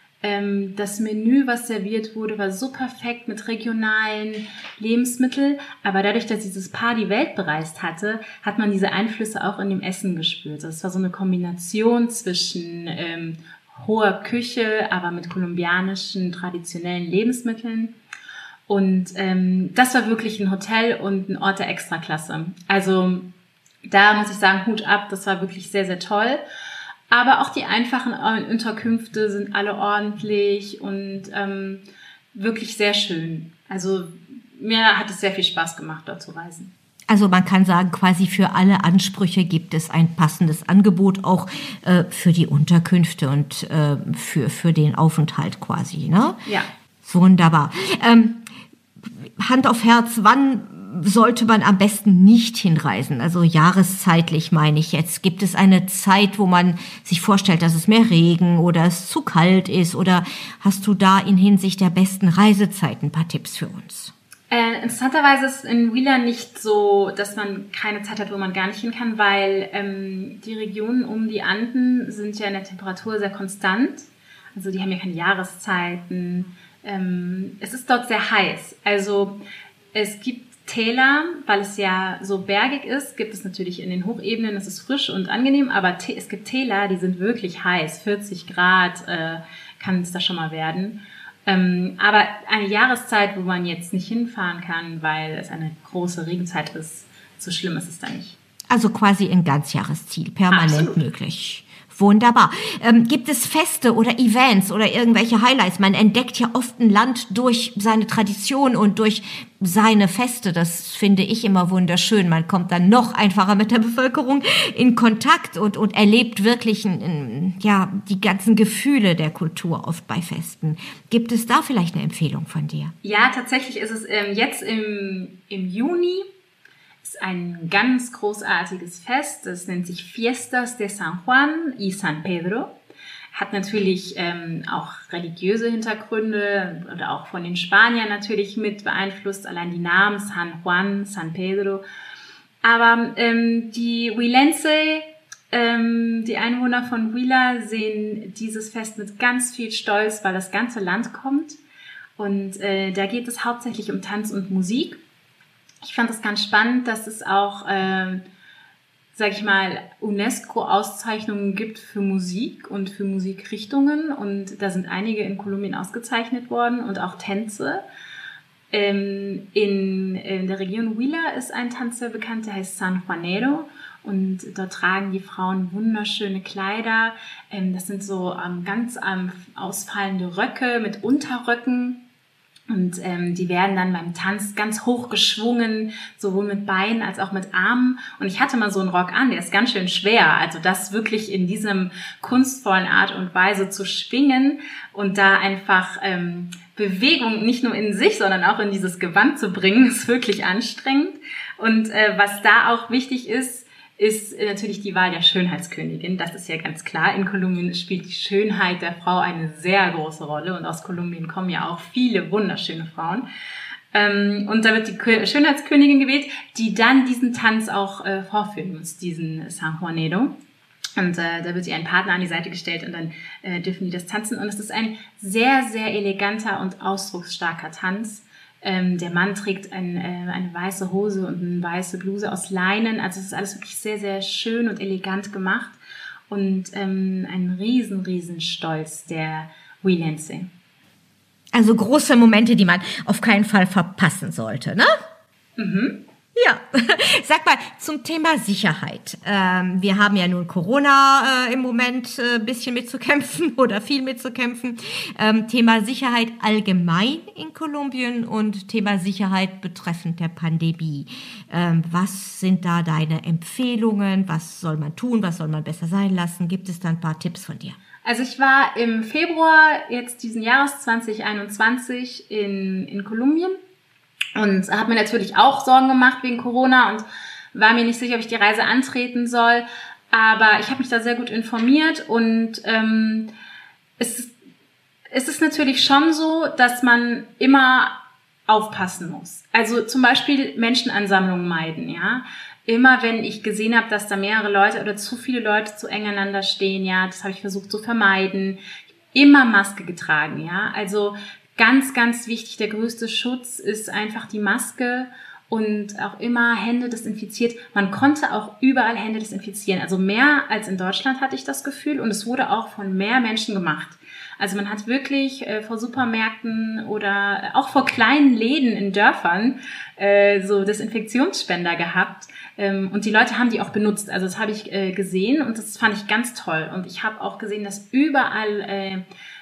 Ähm, das Menü, was serviert wurde, war so perfekt mit regionalen Lebensmitteln. Aber dadurch, dass dieses Paar die Welt bereist hatte, hat man diese Einflüsse auch in dem Essen gespürt. Das war so eine Kombination zwischen ähm, hoher Küche, aber mit kolumbianischen traditionellen Lebensmitteln. Und ähm, das war wirklich ein Hotel und ein Ort der Extraklasse. Also da muss ich sagen, Hut ab, das war wirklich sehr, sehr toll. Aber auch die einfachen Unterkünfte sind alle ordentlich und ähm, wirklich sehr schön. Also mir hat es sehr viel Spaß gemacht, dort zu reisen. Also man kann sagen, quasi für alle Ansprüche gibt es ein passendes Angebot, auch äh, für die Unterkünfte und äh, für, für den Aufenthalt quasi, ne? Ja. Wunderbar. Ähm, Hand auf Herz, wann sollte man am besten nicht hinreisen? Also jahreszeitlich meine ich jetzt. Gibt es eine Zeit, wo man sich vorstellt, dass es mehr Regen oder es zu kalt ist? Oder hast du da in Hinsicht der besten Reisezeiten ein paar Tipps für uns? Äh, interessanterweise ist in Huila nicht so, dass man keine Zeit hat, wo man gar nicht hin kann, weil ähm, die Regionen um die Anden sind ja in der Temperatur sehr konstant. Also die haben ja keine Jahreszeiten. Ähm, es ist dort sehr heiß. Also es gibt Täler, weil es ja so bergig ist, gibt es natürlich in den Hochebenen, es ist frisch und angenehm, aber t- es gibt Täler, die sind wirklich heiß, vierzig Grad äh, kann es da schon mal werden. Ähm, aber eine Jahreszeit, wo man jetzt nicht hinfahren kann, weil es eine große Regenzeit ist, so schlimm ist es da nicht. Also quasi ein Ganzjahresziel, permanent Absolut. Möglich. Wunderbar. Ähm, gibt es Feste oder Events oder irgendwelche Highlights? Man entdeckt ja oft ein Land durch seine Tradition und durch seine Feste. Das finde ich immer wunderschön. Man kommt dann noch einfacher mit der Bevölkerung in Kontakt und, und erlebt wirklich ein, ein, ja, die ganzen Gefühle der Kultur oft bei Festen. Gibt es da vielleicht eine Empfehlung von dir? Ja, tatsächlich ist es ähm, jetzt im, im Juni ist ein ganz großartiges Fest. Das nennt sich Fiestas de San Juan y San Pedro. Hat natürlich ähm, auch religiöse Hintergründe oder auch von den Spaniern natürlich mit beeinflusst. Allein die Namen San Juan, San Pedro. Aber ähm, die Huilense, ähm, die Einwohner von Huila, sehen dieses Fest mit ganz viel Stolz, weil das ganze Land kommt. Und äh, da geht es hauptsächlich um Tanz und Musik. Ich fand es ganz spannend, dass es auch, ähm, sag ich mal, UNESCO-Auszeichnungen gibt für Musik und für Musikrichtungen. Und da sind einige in Kolumbien ausgezeichnet worden und auch Tänze. Ähm, in, in der Region Huila ist ein Tanz sehr bekannt, der heißt San Juanero. Und dort tragen die Frauen wunderschöne Kleider. Ähm, das sind so ähm, ganz ähm, ausfallende Röcke mit Unterröcken. Und ähm, die werden dann beim Tanz ganz hoch geschwungen, sowohl mit Beinen als auch mit Armen. Und ich hatte mal so einen Rock an, der ist ganz schön schwer. Also das wirklich in diesem kunstvollen Art und Weise zu schwingen und da einfach ähm, Bewegung nicht nur in sich, sondern auch in dieses Gewand zu bringen, ist wirklich anstrengend. Und äh, was da auch wichtig ist, ist natürlich die Wahl der Schönheitskönigin. Das ist ja ganz klar. In Kolumbien spielt die Schönheit der Frau eine sehr große Rolle. Und aus Kolumbien kommen ja auch viele wunderschöne Frauen. Und da wird die Schönheitskönigin gewählt, die dann diesen Tanz auch vorführen muss, diesen San Juanero. Und äh, da wird ihr ein Partner an die Seite gestellt und dann äh, dürfen die das tanzen. Und es ist ein sehr, sehr eleganter und ausdrucksstarker Tanz. Ähm, der Mann trägt ein, äh, eine weiße Hose und eine weiße Bluse aus Leinen. Also es ist alles wirklich sehr, sehr schön und elegant gemacht. Und ähm, ein riesen, riesen Stolz der WeLancing. Also große Momente, die man auf keinen Fall verpassen sollte, ne? Mhm. Ja, sag mal, zum Thema Sicherheit. Ähm, wir haben ja nun Corona äh, im Moment äh, ein bisschen mitzukämpfen oder viel mitzukämpfen. Ähm, Thema Sicherheit allgemein in Kolumbien und Thema Sicherheit betreffend der Pandemie. Ähm, was sind da deine Empfehlungen? Was soll man tun? Was soll man besser sein lassen? Gibt es da ein paar Tipps von dir? Also ich war im Februar jetzt diesen Jahres zwanzig einundzwanzig in, in Kolumbien. Und habe mir natürlich auch Sorgen gemacht wegen Corona und war mir nicht sicher, ob ich die Reise antreten soll. Aber ich habe mich da sehr gut informiert und ähm, es, ist, es ist natürlich schon so, dass man immer aufpassen muss. Also zum Beispiel Menschenansammlungen meiden, ja. Immer wenn ich gesehen habe, dass da mehrere Leute oder zu viele Leute zu eng aneinander stehen, ja, das habe ich versucht zu vermeiden. Immer Maske getragen, ja. Also ganz, ganz wichtig, der größte Schutz ist einfach die Maske und auch immer Hände desinfiziert. Man konnte auch überall Hände desinfizieren, also mehr als in Deutschland hatte ich das Gefühl und es wurde auch von mehr Menschen gemacht. Also man hat wirklich äh, vor Supermärkten oder auch vor kleinen Läden in Dörfern äh, so Desinfektionsspender gehabt ähm, und die Leute haben die auch benutzt. Also das habe ich äh, gesehen und das fand ich ganz toll. Und ich habe auch gesehen, dass überall äh,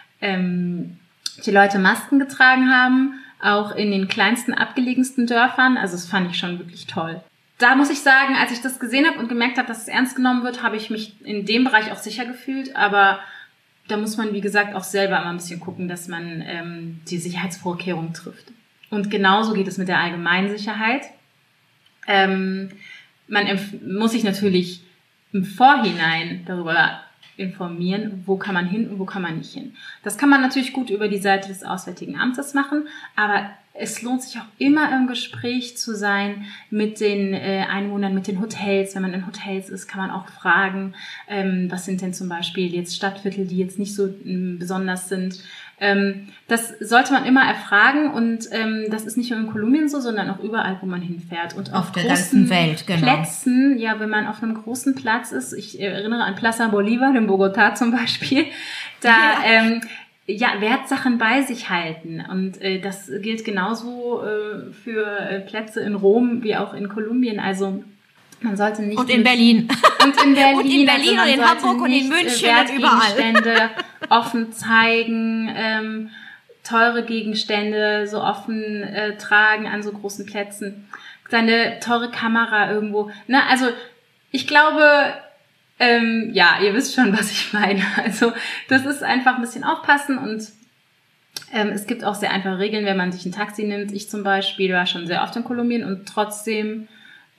ähm, die Leute Masken getragen haben, auch in den kleinsten, abgelegensten Dörfern. Also das fand ich schon wirklich toll. Da muss ich sagen, als ich das gesehen habe und gemerkt habe, dass es ernst genommen wird, habe ich mich in dem Bereich auch sicher gefühlt. Aber da muss man, wie gesagt, auch selber immer ein bisschen gucken, dass man ähm, die Sicherheitsvorkehrungen trifft. Und genauso geht es mit der allgemeinen Sicherheit. Ähm, man empf- muss sich natürlich im Vorhinein darüber informieren, wo kann man hin und wo kann man nicht hin. Das kann man natürlich gut über die Seite des Auswärtigen Amtes machen, aber es lohnt sich auch immer im Gespräch zu sein mit den äh, Einwohnern, mit den Hotels. Wenn man in Hotels ist, kann man auch fragen, ähm, was sind denn zum Beispiel jetzt Stadtviertel, die jetzt nicht so ähm, besonders sind. Ähm, das sollte man immer erfragen und ähm, das ist nicht nur in Kolumbien so, sondern auch überall, wo man hinfährt. Und auf, auf der großen ganzen Welt, genau. Plätzen, ja, wenn man auf einem großen Platz ist, ich erinnere an Plaza Bolívar in Bogotá zum Beispiel, da ja. ähm, ja, Wertsachen bei sich halten. Und äh, das gilt genauso äh, für äh, Plätze in Rom wie auch in Kolumbien. Also man sollte nicht... Und in Berlin. Und in Berlin. Und in Berlin also und in Hamburg und in München und überall. Wertgegenstände offen zeigen, ähm, teure Gegenstände so offen äh, tragen an so großen Plätzen. Seine teure Kamera irgendwo. Ne? Also ich glaube... Ähm, ja, ihr wisst schon, was ich meine. Also das ist einfach ein bisschen aufpassen und ähm, es gibt auch sehr einfache Regeln, wenn man sich ein Taxi nimmt. Ich zum Beispiel war schon sehr oft in Kolumbien und trotzdem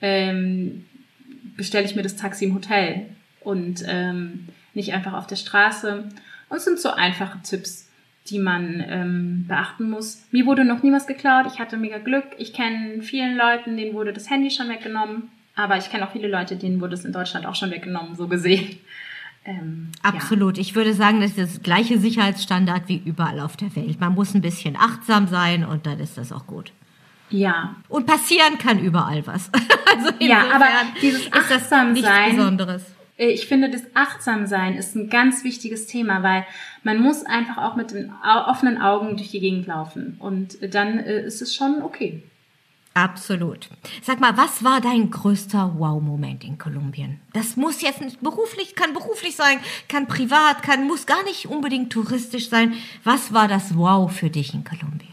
ähm, bestelle ich mir das Taxi im Hotel und ähm, nicht einfach auf der Straße. Und es sind so einfache Tipps, die man ähm, beachten muss. Mir wurde noch nie was geklaut. Ich hatte mega Glück. Ich kenne vielen Leuten, denen wurde das Handy schon weggenommen. Aber ich kenne auch viele Leute, denen wurde es in Deutschland auch schon weggenommen, so gesehen. Ähm, Absolut. Ja. Ich würde sagen, das ist das gleiche Sicherheitsstandard wie überall auf der Welt. Man muss ein bisschen achtsam sein und dann ist das auch gut. Ja. Und passieren kann überall was. Also ja, aber dieses Achtsamsein, ist das nichts Besonderes. Ich finde, das Achtsamsein ist ein ganz wichtiges Thema, weil man muss einfach auch mit den offenen Augen durch die Gegend laufen. Und dann äh, ist es schon okay. Absolut. Sag mal, was war dein größter Wow-Moment in Kolumbien? Das muss jetzt nicht beruflich, kann beruflich sein, kann privat, kann, muss gar nicht unbedingt touristisch sein. Was war das Wow für dich in Kolumbien?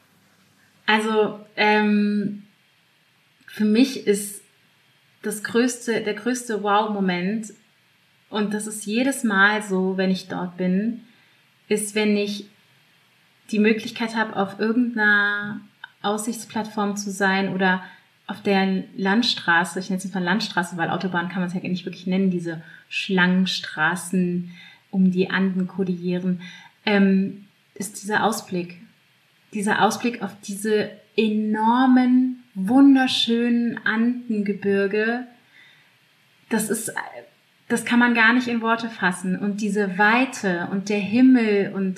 Also, ähm, für mich ist das größte, der größte Wow-Moment, und das ist jedes Mal so, wenn ich dort bin, ist, wenn ich die Möglichkeit habe, auf irgendeiner Aussichtsplattform zu sein oder auf der Landstraße, ich nenne es jetzt mal Landstraße, weil Autobahn kann man es ja nicht wirklich nennen, diese Schlangenstraßen um die Anden-Kordilleren, ähm, ist dieser Ausblick. Dieser Ausblick auf diese enormen, wunderschönen Andengebirge, das ist, das kann man gar nicht in Worte fassen. Und diese Weite und der Himmel und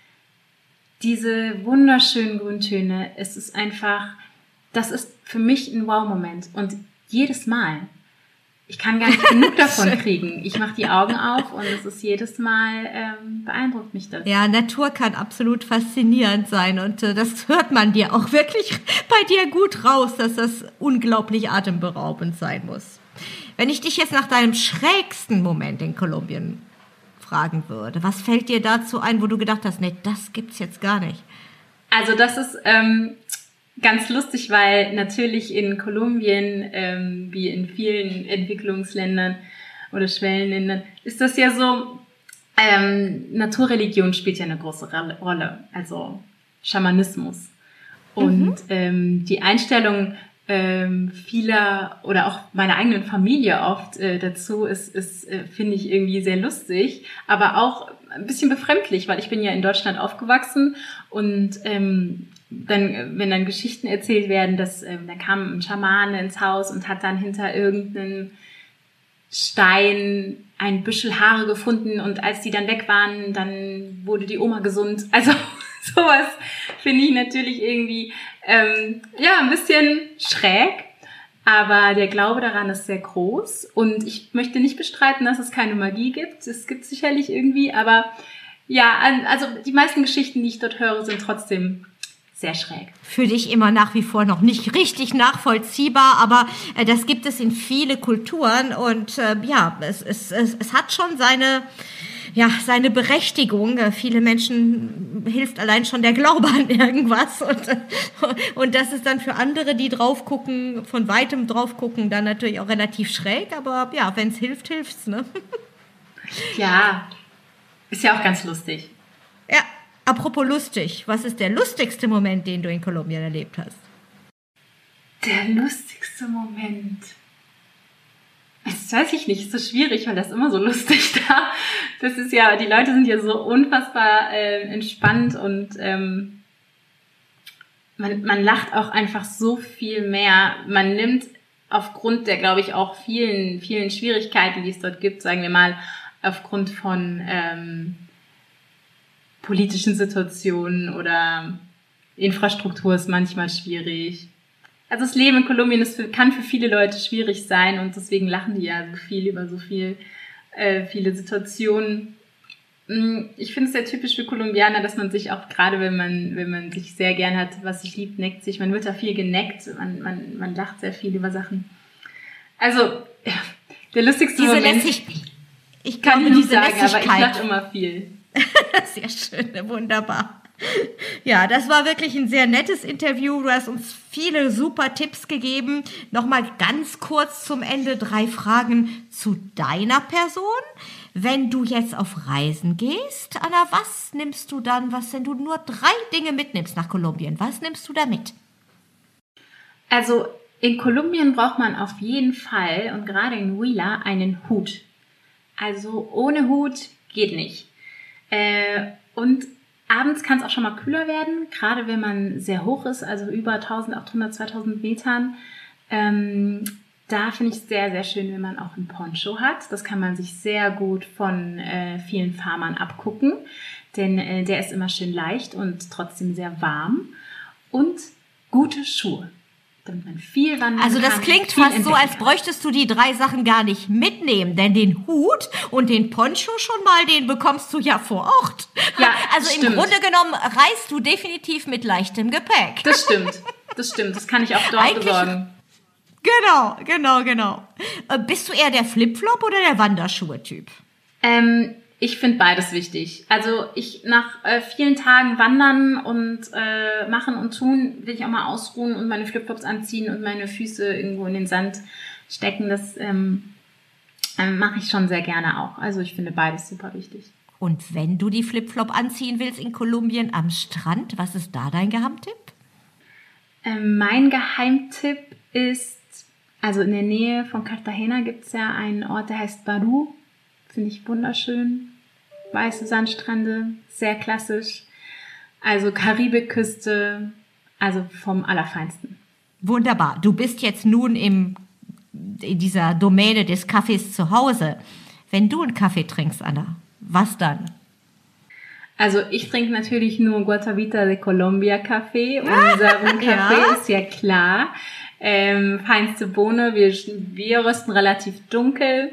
diese wunderschönen Grüntöne, es ist einfach, das ist für mich ein Wow-Moment. Und jedes Mal, ich kann gar nicht genug davon kriegen. Ich mache die Augen auf und es ist jedes Mal, ähm, beeindruckt mich das. Ja, Natur kann absolut faszinierend sein und äh, das hört man dir auch wirklich bei dir gut raus, dass das unglaublich atemberaubend sein muss. Wenn ich dich jetzt nach deinem schrägsten Moment in Kolumbien fragen würde, was fällt dir dazu ein, wo du gedacht hast, nee, das gibt's jetzt gar nicht? Also das ist ähm, ganz lustig, weil natürlich in Kolumbien, ähm, wie in vielen Entwicklungsländern oder Schwellenländern, ist das ja so, ähm, Naturreligion spielt ja eine große Rolle, also Schamanismus. Und mhm. ähm, die Einstellung ähm, vieler oder auch meiner eigenen Familie oft äh, dazu ist, ist äh, finde ich irgendwie sehr lustig, aber auch ein bisschen befremdlich, weil ich bin ja in Deutschland aufgewachsen und ähm, dann, wenn dann Geschichten erzählt werden, dass ähm, da kam ein Schamane ins Haus und hat dann hinter irgendeinem Stein ein Büschel Haare gefunden und als die dann weg waren, dann wurde die Oma gesund. Also sowas finde ich natürlich irgendwie ähm, ja ein bisschen schräg, aber der Glaube daran ist sehr groß und ich möchte nicht bestreiten, dass es keine Magie gibt. Es gibt sicherlich irgendwie, aber ja, also die meisten Geschichten, die ich dort höre, sind trotzdem sehr schräg. Für dich immer nach wie vor noch nicht richtig nachvollziehbar, aber äh, das gibt es in viele Kulturen und äh, ja, es, es, es, es hat schon seine, ja, seine Berechtigung. Äh, viele Menschen hilft allein schon der Glaube an irgendwas und, äh, und das ist dann für andere, die drauf gucken, von weitem drauf gucken, dann natürlich auch relativ schräg, aber ja, wenn es hilft, hilft's, ne? Ja, ist ja auch ganz lustig. Ja. Apropos lustig, was ist der lustigste Moment, den du in Kolumbien erlebt hast? Der lustigste Moment? Das weiß ich nicht, ist so schwierig, weil das ist immer so lustig da. Das ist ja, die Leute sind ja so unfassbar äh, entspannt und ähm, man, man lacht auch einfach so viel mehr. Man nimmt aufgrund der, glaube ich, auch vielen, vielen Schwierigkeiten, die es dort gibt, sagen wir mal, aufgrund von ähm, politischen Situationen oder Infrastruktur ist manchmal schwierig. Also das Leben in Kolumbien ist für, kann für viele Leute schwierig sein und deswegen lachen die ja so viel über so viel, äh, viele Situationen. Ich finde es sehr typisch für Kolumbianer, dass man sich auch, gerade wenn man, wenn man sich sehr gern hat, was sich liebt, neckt sich. Man wird da viel geneckt, man, man, man lacht sehr viel über Sachen. Also, ja, der lustigste diese Moment, Lässig- ich kann glaube, ich nicht diese sagen, aber ich Lässigkeit. lache immer viel. Sehr schön, wunderbar. Ja, das war wirklich ein sehr nettes Interview. Du hast uns viele super Tipps gegeben. Nochmal ganz kurz zum Ende drei Fragen zu deiner Person. Wenn du jetzt auf Reisen gehst, Anna, was nimmst du dann, was, wenn du nur drei Dinge mitnimmst nach Kolumbien, was nimmst du da mit? Also in Kolumbien braucht man auf jeden Fall und gerade in Huila einen Hut. Also ohne Hut geht nicht. Äh, und abends kann es auch schon mal kühler werden, gerade wenn man sehr hoch ist, also über eintausendachthundert, zweitausend Metern. Ähm, da finde ich es sehr, sehr schön, wenn man auch einen Poncho hat. Das kann man sich sehr gut von äh, vielen Farmern abgucken, denn äh, der ist immer schön leicht und trotzdem sehr warm. Und gute Schuhe, damit man viel wandern kann. Also das klingt fast so, als bräuchtest du die drei Sachen gar nicht mitnehmen, denn den Hut und den Poncho schon mal, den bekommst du ja vor Ort. Ja, also stimmt. Im Grunde genommen reist du definitiv mit leichtem Gepäck. Das stimmt, das stimmt, das kann ich auch dort Eigentlich, besorgen. Genau, genau, genau. Äh, bist du eher der Flipflop oder der Wanderschuhe-Typ? Ähm, ich finde beides wichtig. Also ich nach äh, vielen Tagen wandern und äh, machen und tun, will ich auch mal ausruhen und meine Flipflops anziehen und meine Füße irgendwo in den Sand stecken. Das ähm, äh, mache ich schon sehr gerne auch. Also ich finde beides super wichtig. Und wenn du die Flipflop anziehen willst in Kolumbien am Strand, was ist da dein Geheimtipp? Ähm, mein Geheimtipp ist, also in der Nähe von Cartagena gibt es ja einen Ort, der heißt Baru. Finde ich wunderschön. Weiße Sandstrände, sehr klassisch. Also Karibikküste, also vom Allerfeinsten. Wunderbar. Du bist jetzt nun im, in dieser Domäne des Kaffees zu Hause. wenn du einen Kaffee trinkst, Anna? Was dann? Also ich trinke natürlich nur Guatavita de Colombia Kaffee. Unseren Kaffee ja. ist ja klar. Ähm, feinste Bohne, wir, wir rösten relativ dunkel.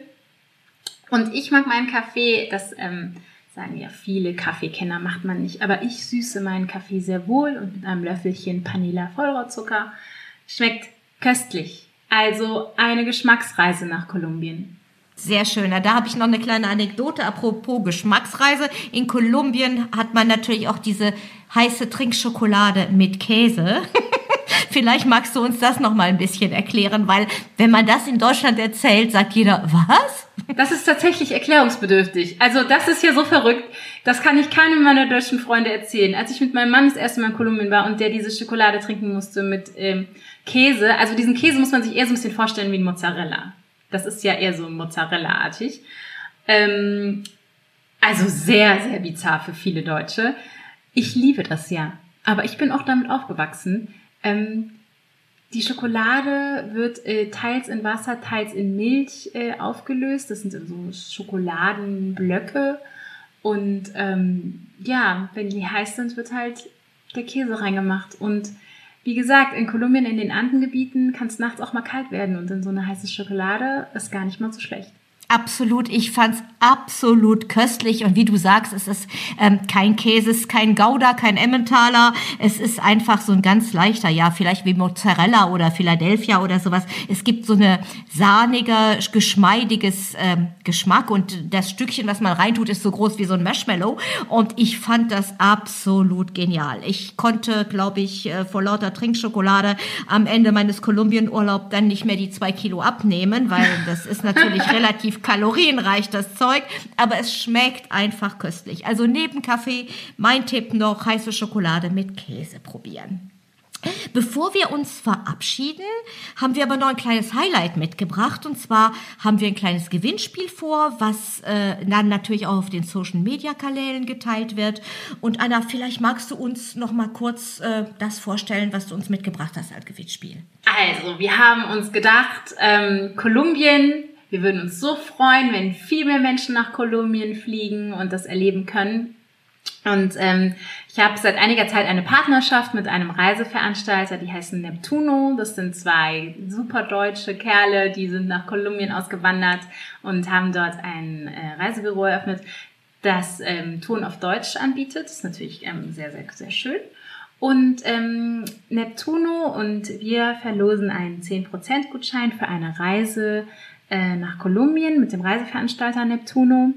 Und ich mag meinen Kaffee, das ähm, sagen ja viele Kaffeekenner, macht man nicht. Aber ich süße meinen Kaffee sehr wohl und mit einem Löffelchen Panela Vollrohrzucker. Schmeckt köstlich. Also eine Geschmacksreise nach Kolumbien. Sehr schön. Da habe ich noch eine kleine Anekdote apropos Geschmacksreise. In Kolumbien hat man natürlich auch diese heiße Trinkschokolade mit Käse. Vielleicht magst du uns das noch mal ein bisschen erklären, weil wenn man das in Deutschland erzählt, sagt jeder, was? Das ist tatsächlich erklärungsbedürftig. Also das ist ja so verrückt, das kann ich keinem meiner deutschen Freunde erzählen. Als ich mit meinem Mann das erste Mal in Kolumbien war und der diese Schokolade trinken musste mit ähm, Käse, also diesen Käse muss man sich eher so ein bisschen vorstellen wie ein Mozzarella. Das ist ja eher so Mozzarella-artig. Ähm, also sehr, sehr bizarr für viele Deutsche. Ich liebe das ja, aber ich bin auch damit aufgewachsen. Ähm, die Schokolade wird äh, teils in Wasser, teils in Milch äh, aufgelöst. Das sind so Schokoladenblöcke. Und ähm, ja, wenn die heiß sind, wird halt der Käse reingemacht. Und wie gesagt, in Kolumbien, in den Andengebieten, kann es nachts auch mal kalt werden. Und in so eine heiße Schokolade ist gar nicht mal so schlecht. Absolut, ich fand's absolut köstlich und wie du sagst, es ist ähm, kein Käse, es ist kein Gouda, kein Emmentaler, es ist einfach so ein ganz leichter, ja, vielleicht wie Mozzarella oder Philadelphia oder sowas. Es gibt so eine sahnige, geschmeidiges ähm, Geschmack und das Stückchen, was man reintut, ist so groß wie so ein Marshmallow und ich fand das absolut genial. Ich konnte, glaube ich, äh, vor lauter Trinkschokolade am Ende meines Kolumbienurlaubs dann nicht mehr die zwei Kilo abnehmen, weil das ist natürlich relativ kalorienreich, das Zeug, aber es schmeckt einfach köstlich. Also neben Kaffee, mein Tipp noch, heiße Schokolade mit Käse probieren. Bevor wir uns verabschieden, haben wir aber noch ein kleines Highlight mitgebracht. Und zwar haben wir ein kleines Gewinnspiel vor, was äh, dann natürlich auch auf den Social-Media-Kanälen geteilt wird. Und Anna, vielleicht magst du uns noch mal kurz äh, das vorstellen, was du uns mitgebracht hast als Gewinnspiel. Also, wir haben uns gedacht, ähm, Kolumbien, wir würden uns so freuen, wenn viel mehr Menschen nach Kolumbien fliegen und das erleben können. Und ähm, ich habe seit einiger Zeit eine Partnerschaft mit einem Reiseveranstalter, die heißen Neptuno. Das sind zwei super deutsche Kerle, die sind nach Kolumbien ausgewandert und haben dort ein äh, Reisebüro eröffnet, das ähm, Touren auf Deutsch anbietet. Das ist natürlich ähm, sehr, sehr, sehr schön. Und ähm, Neptuno und wir verlosen einen zehn Prozent Gutschein für eine Reise nach Kolumbien mit dem Reiseveranstalter Neptuno.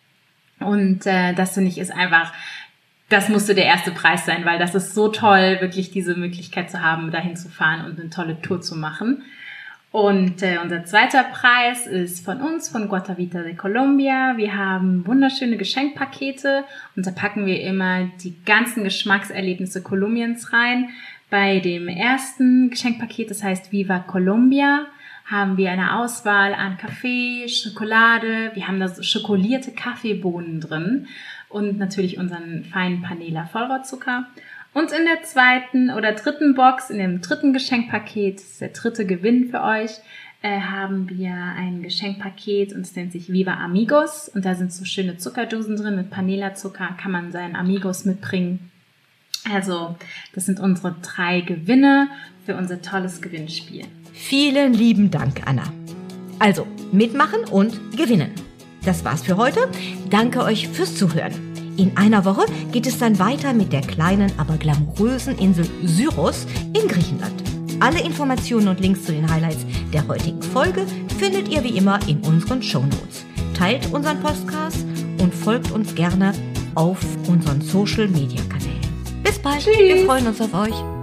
Und äh, das finde ich ist einfach, das musste der erste Preis sein, weil das ist so toll, wirklich diese Möglichkeit zu haben, dahin zu fahren und eine tolle Tour zu machen. Und äh, unser zweiter Preis ist von uns, von Guatavita de Colombia. Wir haben wunderschöne Geschenkpakete und da packen wir immer die ganzen Geschmackserlebnisse Kolumbiens rein. Bei dem ersten Geschenkpaket, das heißt Viva Colombia, haben wir eine Auswahl an Kaffee, Schokolade, wir haben da so schokolierte Kaffeebohnen drin und natürlich unseren feinen Panela Vollrohrzucker. Und in der zweiten oder dritten Box, in dem dritten Geschenkpaket, das ist der dritte Gewinn für euch, äh, haben wir ein Geschenkpaket und es nennt sich Viva Amigos und da sind so schöne Zuckerdosen drin mit Panela-Zucker, kann man seinen Amigos mitbringen. Also das sind unsere drei Gewinne für unser tolles Gewinnspiel. Vielen lieben Dank, Anna. Also, mitmachen und gewinnen. Das war's für heute. Danke euch fürs Zuhören. In einer Woche geht es dann weiter mit der kleinen, aber glamourösen Insel Syros in Griechenland. Alle Informationen und Links zu den Highlights der heutigen Folge findet ihr wie immer in unseren Shownotes. Teilt unseren Podcast und folgt uns gerne auf unseren Social-Media-Kanälen. Bis bald. Tschüss. Wir freuen uns auf euch.